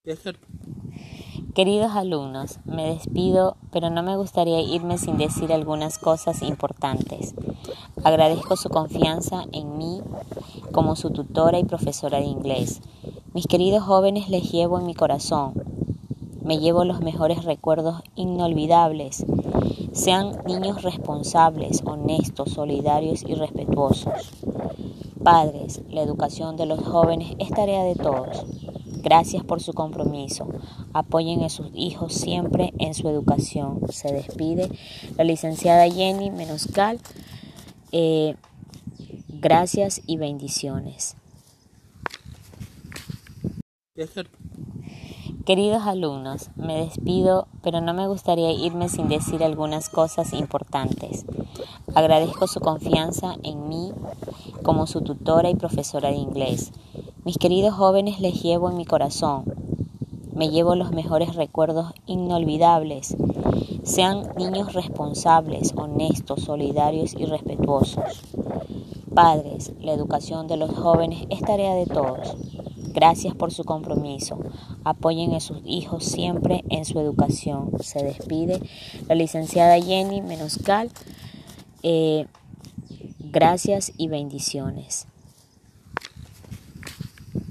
Queridos alumnos, me despido, pero no me gustaría irme sin decir algunas cosas importantes. Agradezco su confianza en mí como su tutora y profesora de inglés. Mis queridos jóvenes, les llevo en mi corazón. Me llevo los mejores recuerdos inolvidables. Sean niños responsables, honestos, solidarios y respetuosos. Padres, la educación de los jóvenes es tarea de todos. Gracias por su compromiso. Apoyen a sus hijos siempre en su educación. Se despide la licenciada Jenny Menoscal. Gracias y bendiciones. Queridos alumnos, me despido, pero no me gustaría irme sin decir algunas cosas importantes. Agradezco su confianza en mí como su tutora y profesora de inglés. Mis queridos jóvenes, les llevo en mi corazón. Me llevo los mejores recuerdos inolvidables. Sean niños responsables, honestos, solidarios y respetuosos. Padres, la educación de los jóvenes es tarea de todos. Gracias por su compromiso. Apoyen a sus hijos siempre en su educación. Se despide la licenciada Jenny Menoscal. Gracias y bendiciones.